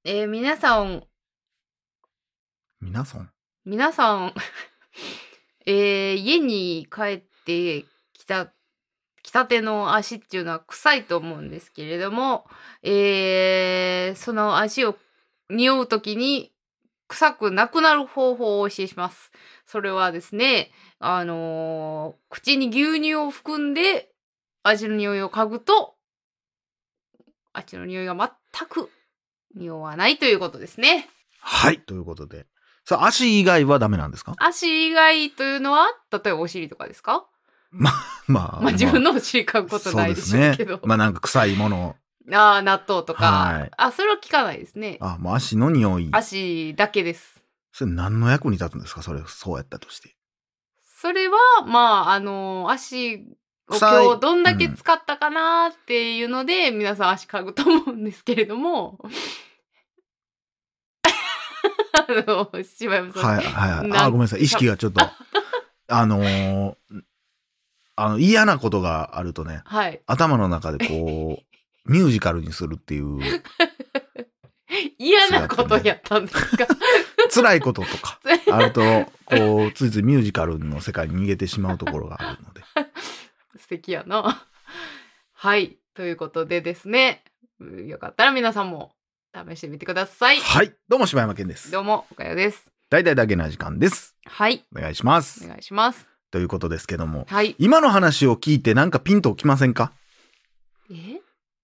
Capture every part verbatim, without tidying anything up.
えー、皆さん、 皆さん皆さん、えー、家に帰ってきた、きたての足っていうのは臭いと思うんですけれども、えー、その足を匂うときに臭くなくなる方法をお教えします。それはですね、あのー口に牛乳を含んで足の匂いを嗅ぐと、足の匂いが全く匂わないということですね。 はい。ということで。さあ、足以外はダメなんですか？ 足以外というのは、例えばお尻とかですか？ まあ、まあ。 まあ自分のお尻嗅ぐことないでしょうけど。 そうですね。まあなんか臭いもの。 ああ、納豆とか。 はいあ、それは聞かないですね。 あ、もう足の匂い。 足だけです。 それ何の役に立つんですか？それ、そうやったとして。 それは、まあ、あの、足を臭い今日どんだけ使ったかなっていうので、皆さん足嗅ぐと思うんですけれども。あの、柴山さん。 はい、はい。 なんあ、ごめんなさい。意識がちょっと、あのー、あの、嫌なことがあるとね、 はい。 頭の中でこう、ミュージカルにするっていう。 嫌なことやったんですか？ 辛いこととかあると、こう、ついついミュージカルの世界に逃げてしまうところがあるので。 素敵やな。はい。ということでですね、よかったら皆さんも試してみてください。 はい。どうも柴山健です。 どうも、おかよです。 大々だけな時間です。 はい。 お願いします。 お願いします。 ということですけども、 はい。 今の話を聞いてなんかピンときませんか？ え？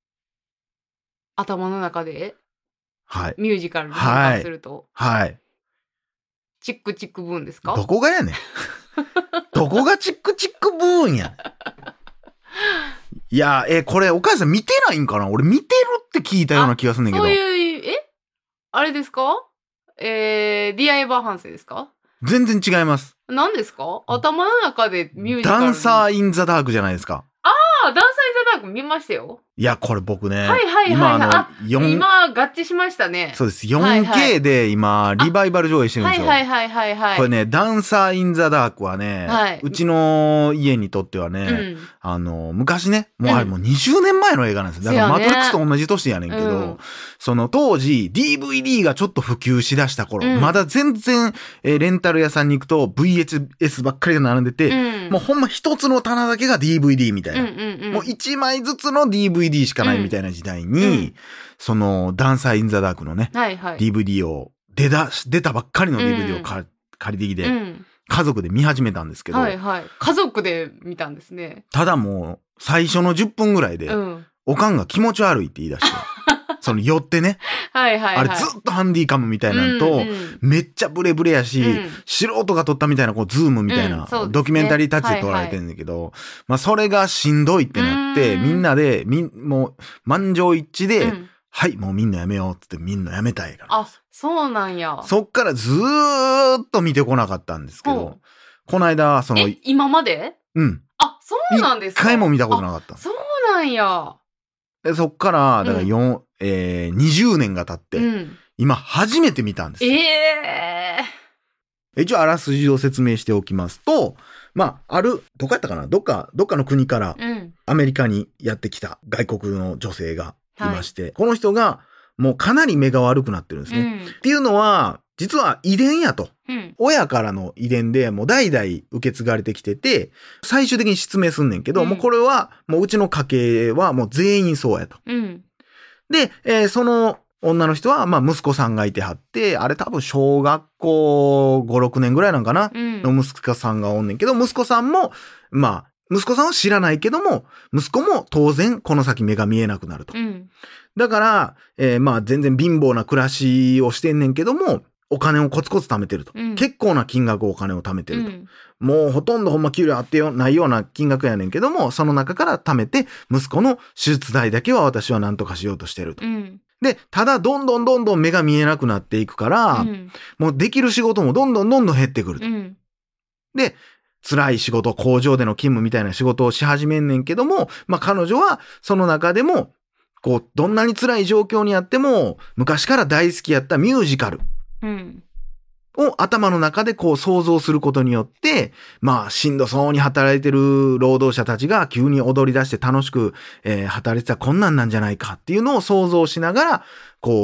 頭の中ではい。 ミュージカルに参加すると、 はい。 チックチックブーンですか？ どこがやねん。どこがチックチックブーンや。いや、え、これお母さん見てないんかな？俺見てるって聞いたような気がすんねんけど。 そういう、え？あれですか？えー、ディアエヴァーハンセですか？ 全然違います。 何ですか？頭の中でミュージカル。 ダンサーインザダークじゃないですか。 ああ、ダンサーインザダーク見ましたよ。 いや、これ僕ね。 はいはいはい、はい。 今あの、 あ、 よん今、合致しましたね。 そうです。よんケーはいはい、 で今、リバイバル上映してるんですよ。 はいはいはいはいはい。 これね、ダンサーインザダークはね、はい、うちの家にとってはね、うん、あの、昔ね、もうあれもうにじゅうねんまえの映画なんですよ。だからマトリックスと同じ年やねんけど、うん、その当時 ディーブイディー がちょっと普及しだした頃、うん、まだ全然、えー、レンタル屋さんに行くと ブイエイチエス ばっかりが並んでて、うん、もうほんま一つの棚だけが ディーブイディー みたいな、うんうんうん、もう一枚ずつの ディーブイディー しかないみたいな時代に、うん、そのダンサーインザダークのね、はいはい、ディーブイディー を出だし、出たばっかりの ディーブイディー をか、うん、借りてきて、うん、家族で見始めたんですけど、 はいはい、家族で見たんですね。 ただもう最初のじゅっぷんぐらいで、うん、おかんが気持ち悪いって言い出してその寄ってねはいはい、はい、 あれずっとハンディカムみたいなのと、うんうん、めっちゃブレブレやし、うん、素人が撮ったみたいなこうズームみたいな、うんね、ドキュメンタリータッチで撮られてんだけど、はいはい、まあそれがしんどいってなってみんなでみもう満場一致で、うん、はいもうみんなやめようってみんなやめたいから。 あ、そうなんや。 そっからずーっと見てこなかったんですけど、うん、この間そのえ今まで？ うん。 あ、そうなんですか。 一回も見たことなかった。 そうなんや。 でそっからだからよん、うんえー、にじゅうねんが経って、うん、今初めて見たんですよ。 えー、一応あらすじを説明しておきますと、まあ、ある、どこやったかなどっか、どっかの国からアメリカにやってきた外国の女性がいまして、はい、この人がもうかなり目が悪くなってるんですね。うん、っていうのは、実は遺伝やと、うん。親からの遺伝でもう代々受け継がれてきてて、最終的に失明すんねんけど、うん、もうこれはもううちの家系はもう全員そうやと。うん、で、えー、その女の人はまあ息子さんがいてはって、あれ多分小学校ご、ろくねんぐらいなんかな、うん、の息子さんがおんねんけど、息子さんも、まあ、息子さんは知らないけども、息子も当然この先目が見えなくなると。うん、だから、えー、まあ全然貧乏な暮らしをしてんねんけども、お金をコツコツ貯めてると、うん。結構な金額お金を貯めてると。うん、もうほとんどほんま給料あってよないような金額やねんけども、その中から貯めて、息子の手術代だけは私は何とかしようとしてると。うん、で、ただどんどんどんどん目が見えなくなっていくから、うん、もうできる仕事もどんどんどんどん減ってくると。うん、で、辛い仕事、工場での勤務みたいな仕事をし始めんねんけども、まあ彼女はその中でも、こう、どんなに辛い状況にあっても、昔から大好きやったミュージカル。うん、を頭の中でこう想像することによって、まあしんどそうに働いてる労働者たちが急に踊り出して楽しく、えー、働いてたらこんなんなんじゃないかっていうのを想像しながら、こう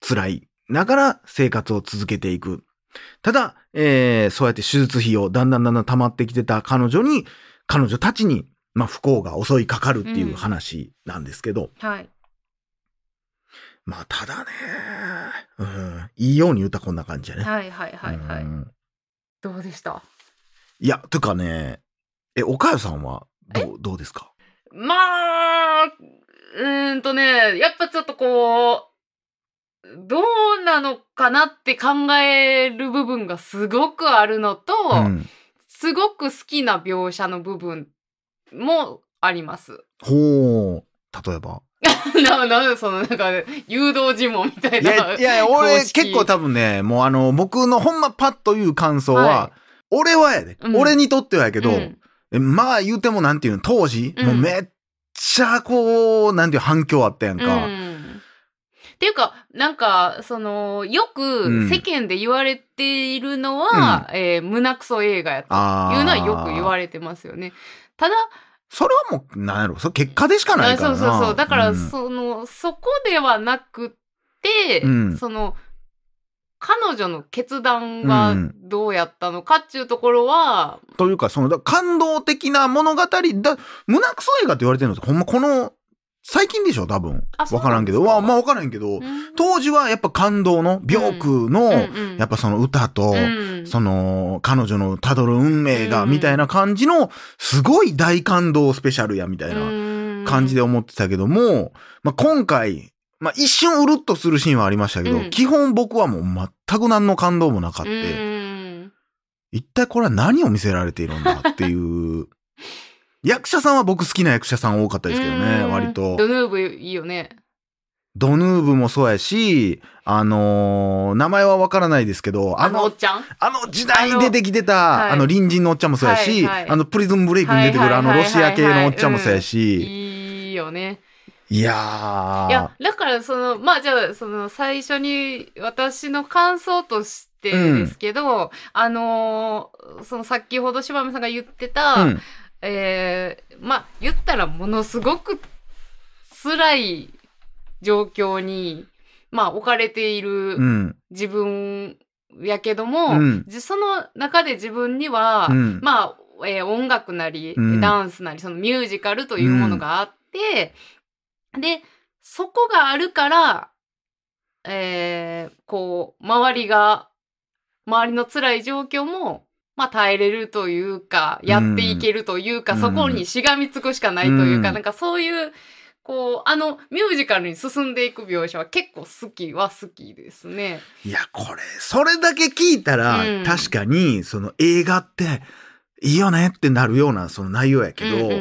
辛いながら生活を続けていく。ただ、えー、そうやって手術費をだんだんだんだん溜まってきてた彼女に、彼女たちに、まあ、不幸が襲いかかるっていう話なんですけど。 うん、はい。 まあ、ただね、うん、いいように言うたらこんな感じやね。 はいはいはいはい。 うん、 どうでした？ いや、というかね、え、おかよさんはどう、どうですか？ まあ、うーんとね、やっぱちょっとこう、どうなのかなって考える部分がすごくあるのと、うん、すごく好きな描写の部分もあります。 ほう、例えばな、なんでそのなんか誘導尋問みたいな。 いや、いや、俺結構多分ね、もうあの、僕のほんまパッという感想は、はい、俺はやで、うん、俺にとってはやけど、うん、まあ言うてもなんていうの、当時、うん、もうめっちゃこう、なんていう反響あったやんか。うん、 っていうか、なんか、その、よく世間で言われているのは、うん、えー、胸クソ映画やというのはよく言われてますよね。ただ、 それはもう、なんやろ、それ結果でしかないからな。 そうそうそう。だから、うん、その、そこではなくて、うん、その、彼女の決断がどうやったのかっていうところは、 うん、というか、その、感動的な物語だ、胸クソ映画って言われてるのって、ほんまこの、最近でしょ多分。わからんけど。まあ、まあわからんけど、うん、当時はやっぱ感動の、病句の、うん、やっぱその歌と、うん、その、彼女の辿る運命が、みたいな感じの、すごい大感動スペシャルや、みたいな感じで思ってたけども、まあ今回、まあ一瞬うるっとするシーンはありましたけど、基本僕はもう全く何の感動もなかった。一体これは何を見せられているんだっていう、役者さんは僕好きな役者さん多かったですけどね、割と。 ドヌーブいいよね。 ドヌーブもそうやし、あのー、名前はわからないですけど、 あの、あのおっちゃんあの時代に出てきてた、あの、はい、あの隣人のおっちゃんもそうやし、はいはい、あのプリズンブレイクに出てくるあのロシア系のおっちゃんもそうやし。 いいよね。 いやー。 いや、だからその、まあじゃあ、その最初に私の感想としてですけど、うん、あのー、その先ほど柴山さんが言ってた、うん、えー、まあ言ったらものすごく辛い状況に、まあ置かれている自分やけども、うん、その中で自分には、うん、まあ、えー、音楽なり、うん、ダンスなり、そのミュージカルというものがあって、うん、で、そこがあるから、えー、こう、周りが、周りの辛い状況も、まあ耐えれるというか、やっていけるというか、うん、そこにしがみつくしかないというか、うん、なんかそういう、こう、あの、ミュージカルに進んでいく描写は結構好きは好きですね。 いや、これ、それだけ聞いたら、うん、確かに、その映画って、いいよねってなるような、その内容やけど、うんうんうん、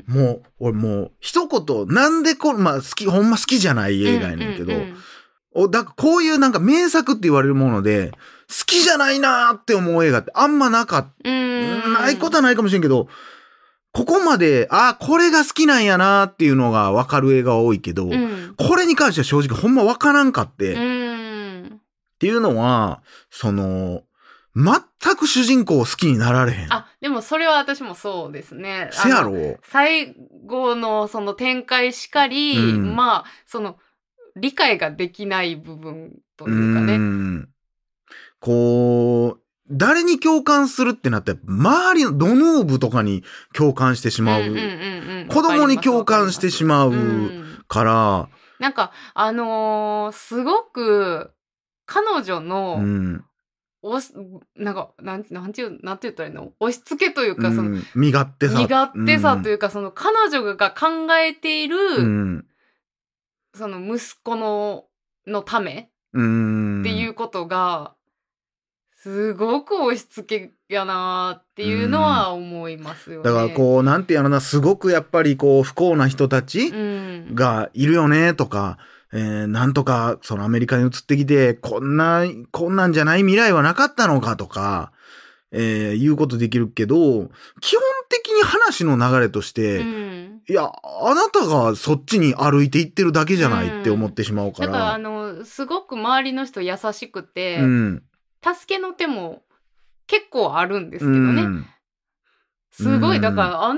もう、俺もう、一言、なんでこれ、まあ好き、ほんま好きじゃない映画やねんけど、うんうんうんおだからこういうなんか名作って言われるもので、好きじゃないなーって思う映画ってあんまなかった。ないことはないかもしれんけど、ここまで、あ、これが好きなんやなーっていうのが分かる映画は多いけど、うん、これに関しては正直ほんま分からんかって。っていうのは、その、全く主人公を好きになられへん。 あ、でもそれは私もそうですね。 せやろ？ 最後のその展開しかり、うん、まあ、その、理解ができない部分というかね。うんこう、誰に共感するってなったら、周りのドヌーブとかに共感してしまう。うんうんうんうん、子供に共感してしまうから。うん、 なんか、あのー、すごく、彼女の、うん、おし、なんか、なん、なんていう、なんて言ったらいいの？押し付けというか、その、うん、 身勝手さ。 身勝手さというか、うん、その、彼女が考えている、うんその息子の、のためっていうことが、すごく押し付けやなっていうのは思いますよね。 だからこう、なんていうのな、すごくやっぱりこう、不幸な人たちがいるよねとか、えー、なんとかそのアメリカに移ってきて、こんな、こんなんじゃない未来はなかったのかとか、えー、言うことできるけど、基本的に話の流れとして、うんいや、あなたがそっちに歩いていってるだけじゃないって思ってしまうから。 だからあの、すごく周りの人優しくて、うん、助けの手も結構あるんですけどね。うん、すごい、だからあの、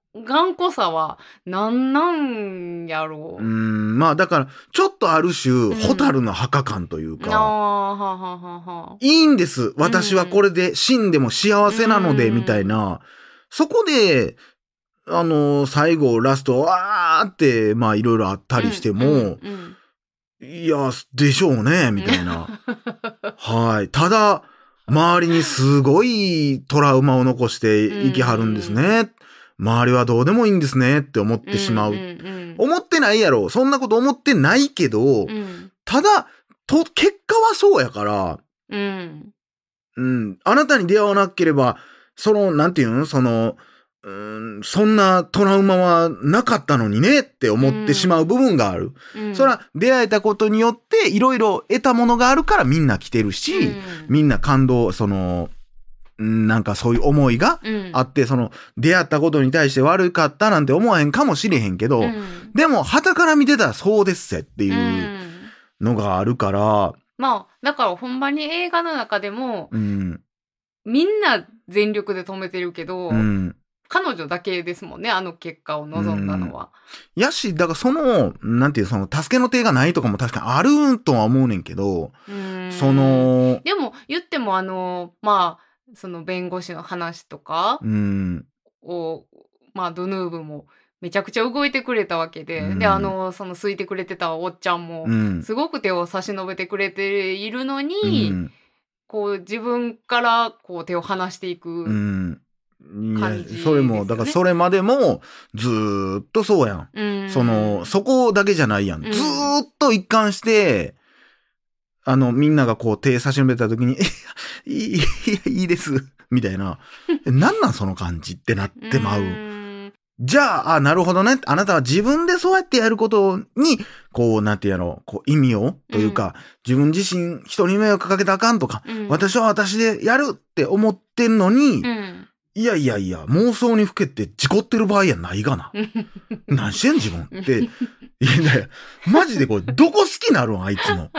頑固さはなんなんやろう。 うーん、まあだから、ちょっとある種、ホタルの墓感というか、 ああ、はははは。 いいんです。私はこれで死んでも幸せなので、 うんみたいな。そこで、あの、最後、ラスト、わーって、まあいろいろあったりしても、 うんうんいや、でしょうね、みたいな。はい。ただ、周りにすごいトラウマを残して生きはるんですね。周りはどうでもいいんですねって思ってしまう。 うんうんうん思ってないやろ。そんなこと思ってないけど、 うん、 ただ、と、結果はそうやから、 うん、 うん、あなたに出会わなければ、その、なんていうのその、うん、そんなトラウマはなかったのにねって思ってしまう部分がある。 うん、 それは出会えたことによっていろいろ得たものがあるからみんな来てるし、 うん、 みんな感動、その、うんなんかそういう思いがあって、うん、その出会ったことに対して悪かったなんて思わへんかもしれへんけど、うん、でも傍から見てたらそうですぜっていうのがあるから、うん、 まあだからほんまに映画の中でも、 うん、 みんな全力で止めてるけど、 うん、 彼女だけですもんね、あの結果を望んだのは。 うん、やし、だからその、なんていう、その、助けの手がないとかも確かにあるとは思うねんけど、 うんその、 でも言ってもあの、まあ、その弁護士の話とかを、うん、まあ、ドヌーブもめちゃくちゃ動いてくれたわけで、うん、で、あの、その空いてくれてたおっちゃんも、すごく手を差し伸べてくれているのに、うん、こう、自分からこう手を離していく。うん感じ、ね、 それも、だからそれまでもずーっとそうやん。うん、その、そこだけじゃないやん。うん、ずーっと一貫して、あの、みんながこう手差し伸べた時に、いい、いい、いいです、みたいな。なんなんその感じってなってまう。うじゃあ、あ、なるほどね。あなたは自分でそうやってやることに、こう、なんてやろう、こう、意味を、というか、うん、自分自身人に迷惑かけたらあかんとか、うん、私は私でやるって思ってんのに、うんいやいやいや、妄想にふけて事故ってる場合やないがな。何してん自分って。いやいや、マジでこれ、どこ好きなるんあいつの。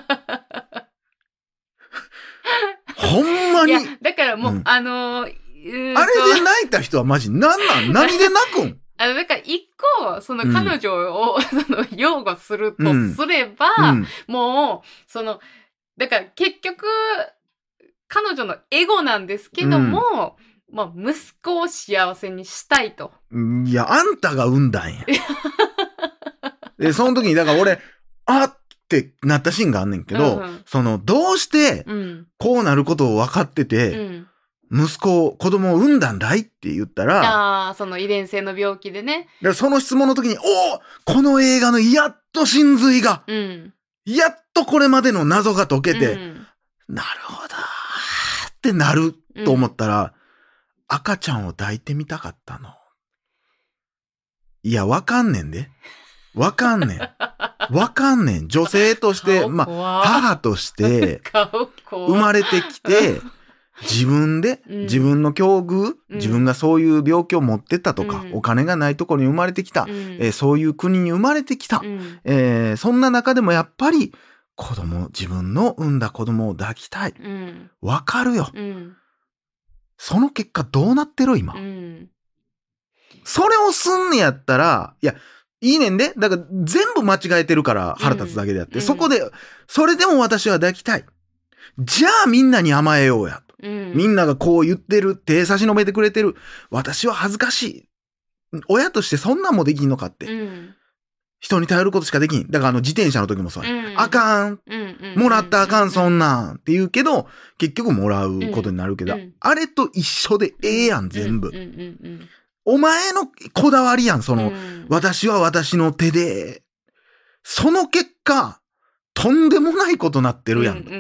ほんまに。いや、 だからもう、うん、あのー、 あれで泣いた人はマジ、なんなん何で泣くんあの、だから一個、その彼女を、うん、その、擁護するとすれば、うん、もう、その、だから結局、彼女のエゴなんですけども、うんまあ、息子を幸せにしたいと。 いや、あんたが産んだんや。で、その時に、だから俺、あってなったシーンがあんねんけど、うんうん、その、どうして、こうなることを分かってて、うん、息子を、子供を産んだんだいって言ったら、 ああ、その遺伝性の病気でね。 でその質問の時に、おおこの映画のやっと真髄が、うん、やっとこれまでの謎が解けて、うん、なるほどってなると思ったら、うん赤ちゃんを抱いてみたかったの。いや、わかんねんで。わかんねん。わかんねん。女性として、まあ、母として、生まれてきて、自分で、うん、自分の境遇、うん、自分がそういう病気を持ってたとか、うん、お金がないところに生まれてきた、うんえー、そういう国に生まれてきた、うんえー、そんな中でもやっぱり、子供、自分の産んだ子供を抱きたい。わ、うん、かるよ。うんその結果どうなってる今、うん。それをすんねやったら、いや、いいねんで。だから全部間違えてるから腹立つだけであって、うん、そこで、それでも私は抱きたい。じゃあみんなに甘えようやと、うん。みんながこう言ってる、手差し伸べてくれてる。私は恥ずかしい。親としてそんなんもできんのかって。うん人に頼ることしかできん。だからあの自転車の時もそうや、うん。あかん、うんうん。もらったらあかん、そんなん。って言うけど、結局もらうことになるけど、うん、あれと一緒でええやん、全部、うんうんうんうん。お前のこだわりやん、その、うん、私は私の手で。その結果、とんでもないことなってるやん。うんうんうん、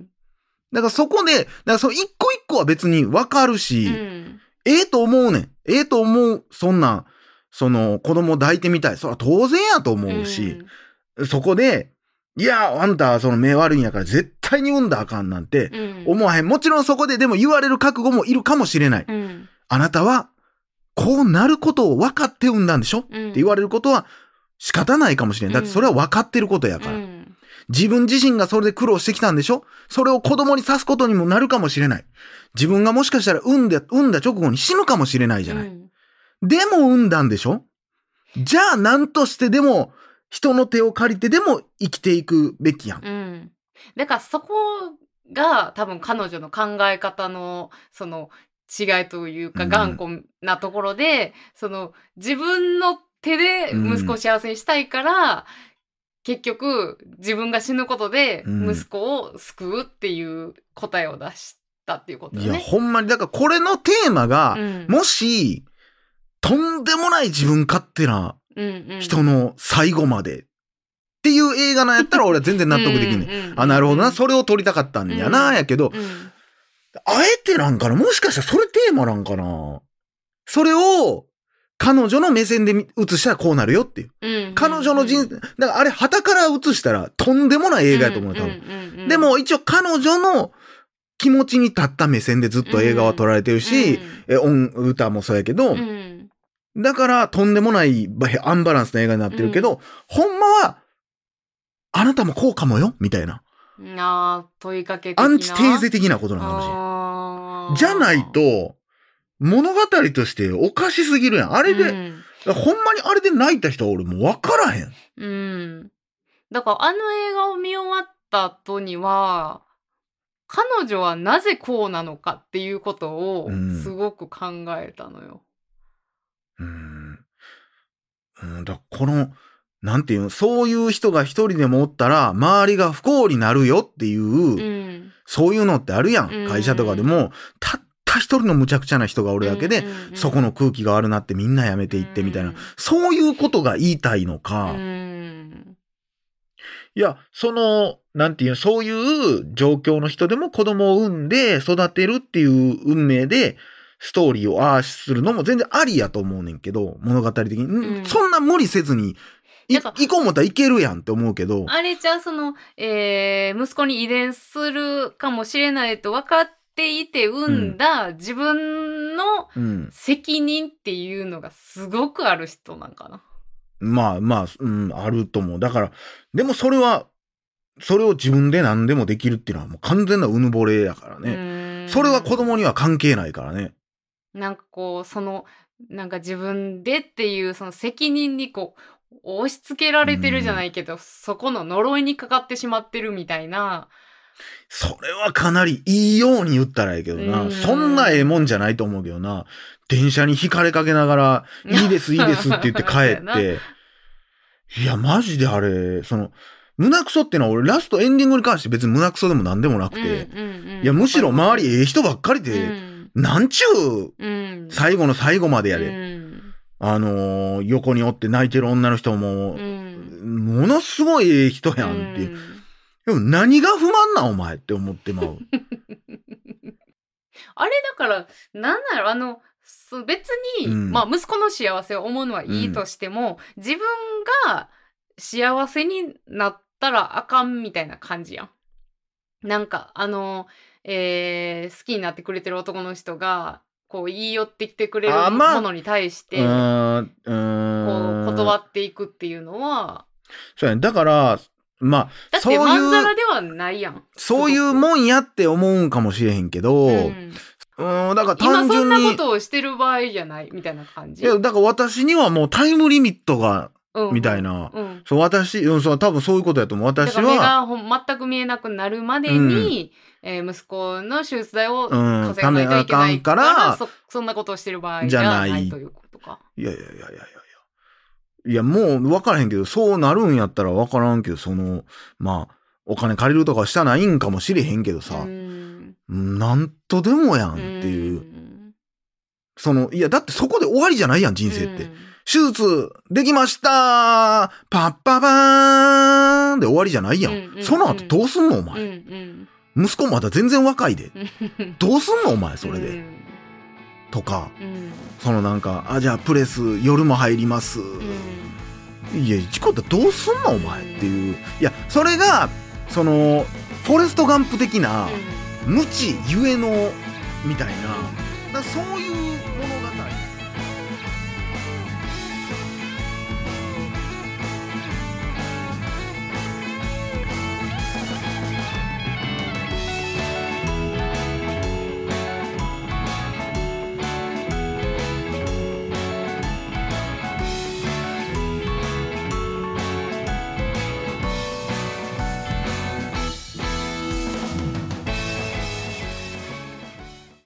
だからそこで、だからその一個一個は別にわかるし、うん、ええと思うねん。ええと思う、そんなん。その子供を抱いてみたい。それは当然やと思うし、うん、そこで、いや、あんたはその目悪いんやから絶対に産んだらあかんなんて思わへん。うん、もちろんそこででも言われる覚悟もいるかもしれない。うん、あなたはこうなることを分かって産んだんでしょ、うん、って言われることは仕方ないかもしれない。だってそれは分かってることやから。うん、自分自身がそれで苦労してきたんでしょそれを子供に刺すことにもなるかもしれない。自分がもしかしたら産んで、産んだ直後に死ぬかもしれないじゃない。うんでも産んだんでしょ。じゃあ何としてでも人の手を借りてでも生きていくべきやん。 うん。だからそこが多分彼女の考え方のその違いというか頑固なところで、うん、その自分の手で息子を幸せにしたいから、うん、結局自分が死ぬことで息子を救うっていう答えを出したっていうことね。 いやほんまにだからこれのテーマが、うん、もしとんでもない自分勝手な人の最後までっていう映画なんやったら俺は全然納得できんねん。あ、なるほどな。それを撮りたかったんやな。うん、やけど、うん、あえてなんかな、もしかしたらそれテーマなんかな。それを彼女の目線で映したらこうなるよっていう。うん、彼女の人生、だからあれ旗から映したらとんでもない映画やと思う、多分。でも一応彼女の気持ちに立った目線でずっと映画は撮られてるし、うん、え音、歌もそうやけど、うん、だからとんでもないアンバランスな映画になってるけど、うん、ほんまはあなたもこうかもよみたいな。 ああ、問いかけ的な。 アンチテーゼ的なことなのかもしれない。じゃないと、物語としておかしすぎるやん。あれで、うん、ほんまにあれで泣いた人は俺もう分からへん。 うん。だからあの映画を見終わった後には、彼女はなぜこうなのかっていうことをすごく考えたのよ。 うん。うん。だこの、なんていうの、そういう人が一人でもおったら、周りが不幸になるよっていう、うん、そういうのってあるやん。うん、会社とかでも、たった一人の無茶苦茶な人がおるだけで、うんうんうん、そこの空気が悪なってみんな辞めていってみたいな、うん、そういうことが言いたいのか、うん、いや、その、なんていうの、そういう状況の人でも子供を産んで育てるっていう運命で、ストーリーをああするのも全然ありやと思うねんけど、物語的に。うん、そんな無理せずに、い行こう思ったらいけるやんって思うけど。 あれじゃあその、えー、息子に遺伝するかもしれないと分かっていて産んだ自分の責任っていうのがすごくある人なんかな。 うん、まあまあ、うん、あると思う。だから、でもそれは、それを自分で何でもできるっていうのはもう完全なうぬぼれやからね。それは子供には関係ないからね。 なんかこう、その、なんか自分でっていうその責任にこう、押し付けられてるじゃないけど、そこの呪いにかかってしまってるみたいな。 それはかなりいいように言ったらええけどな。そんなええもんじゃないと思うけどな。電車に引かれかけながら、いいですいいですって言って帰って。いや、マジであれ、その、胸クソってのは俺ラストエンディングに関して別に胸クソでもなんでもなくて。うんうんうん、いや、むしろ周りええ人ばっかりで、うん、なんちゅう、うん、最後の最後までやで。うんあのー、横におって泣いてる女の人も、うん、ものすごいええ人やんっていう。うん、でも何が不満なんお前って思ってまう。 あれだから、なんなのあの、別に、うん、まあ息子の幸せを思うのはいいとしても、うん、自分が幸せになったらあかんみたいな感じやん。なんか、あの、えー、好きになってくれてる男の人が、こう言い寄ってきてくれるものに対して、まあ、こう断っていくっていうのは、 そうやね。だから、まあ、 だってまんざらではないやん。 そういうもんやって思うんかもしれへんけど、うん、うんだから単純に今そんなことをしてる場合じゃないみたいな感じ。 いや、だから私にはもうタイムリミットが、うん、みたいな、うん、そう私、うん、そう多分そういうことやと思う。私はだから目が全く見えなくなるまでに、うんえー、息子の手術代を稼がないといけないから、うん、そ, そんなことをしてる場合じゃないということか。 いやいやいやいやいやいや。いや、もう分からへんけど、そうなるんやったら分からんけど、その、まあ、お金借りるとかしたないんかもしれへんけどさ、うんなんとでもやんっていう。うその、いや、だってそこで終わりじゃないやん、人生って。手術できましたパッパバーンで終わりじゃないやん。うんうんうん、その後どうすんのお前、うんうん。息子まだ全然若いで。どうすんのお前それで。うん、とか、うん、そのなんか、あ、じゃあプレス夜も入ります。うん、いや、事故ってどうすんのお前っていう。いや、それが、その、フォレストガンプ的な、無知ゆえの、みたいな。だそういう